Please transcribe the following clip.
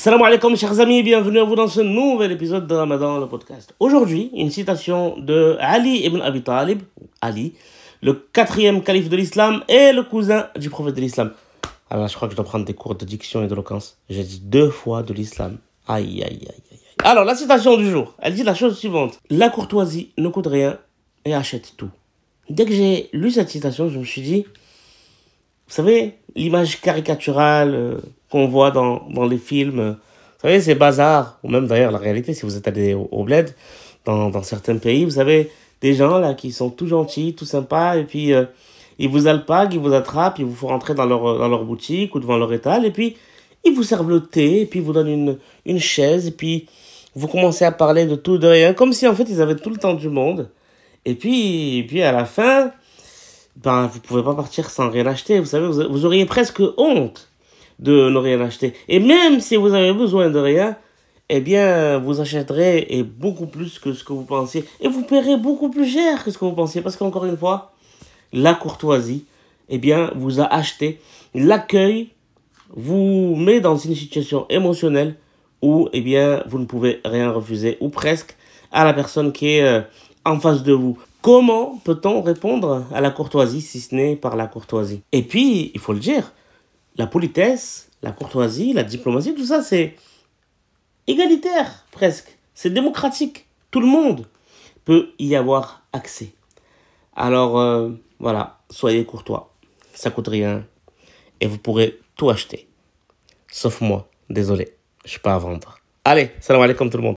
Salam alaikum chers amis, bienvenue à vous dans ce nouvel épisode de Ramadan, le podcast. Aujourd'hui, une citation de Ali ibn Abi Talib, Ali, le quatrième calife de l'islam et le cousin du prophète de l'islam. Alors je crois que je dois prendre des cours de diction et d'éloquence. J'ai dit 2 fois de l'islam. Aïe, aïe, aïe, aïe. Alors la citation du jour, elle dit la chose suivante. La courtoisie ne coûte rien et achète tout. Dès que j'ai lu cette citation, je me suis dit, vous savez, l'image caricaturale qu'on voit dans les films, vous savez, ces bazars, ou même d'ailleurs la réalité, si vous êtes allé au bled, dans certains pays, vous savez, des gens là qui sont tout gentils, tout sympas, et puis ils vous alpaguent, ils vous attrapent, ils vous font rentrer dans leur boutique ou devant leur étal, et puis ils vous servent le thé, et puis ils vous donnent une chaise, et puis vous commencez à parler de tout, de rien, comme si en fait ils avaient tout le temps du monde. Et puis à la fin, ben, vous pouvez pas partir sans rien acheter. Vous savez, vous auriez presque honte de ne rien acheter. Et même si vous avez besoin de rien, eh bien, vous achèterez et beaucoup plus que ce que vous pensiez. Et vous paierez beaucoup plus cher que ce que vous pensiez. Parce qu'encore une fois, la courtoisie, eh bien, vous a acheté. L'accueil vous met dans une situation émotionnelle où, eh bien, vous ne pouvez rien refuser, ou presque, à la personne qui est en face de vous. Comment peut-on répondre à la courtoisie si ce n'est par la courtoisie? Et puis, il faut le dire, la politesse, la courtoisie, la diplomatie, tout ça, c'est égalitaire, presque. C'est démocratique. Tout le monde peut y avoir accès. Alors, voilà, soyez courtois. Ça coûte rien. Et vous pourrez tout acheter. Sauf moi, désolé, je ne suis pas à vendre. Allez, salam alaikum tout le monde.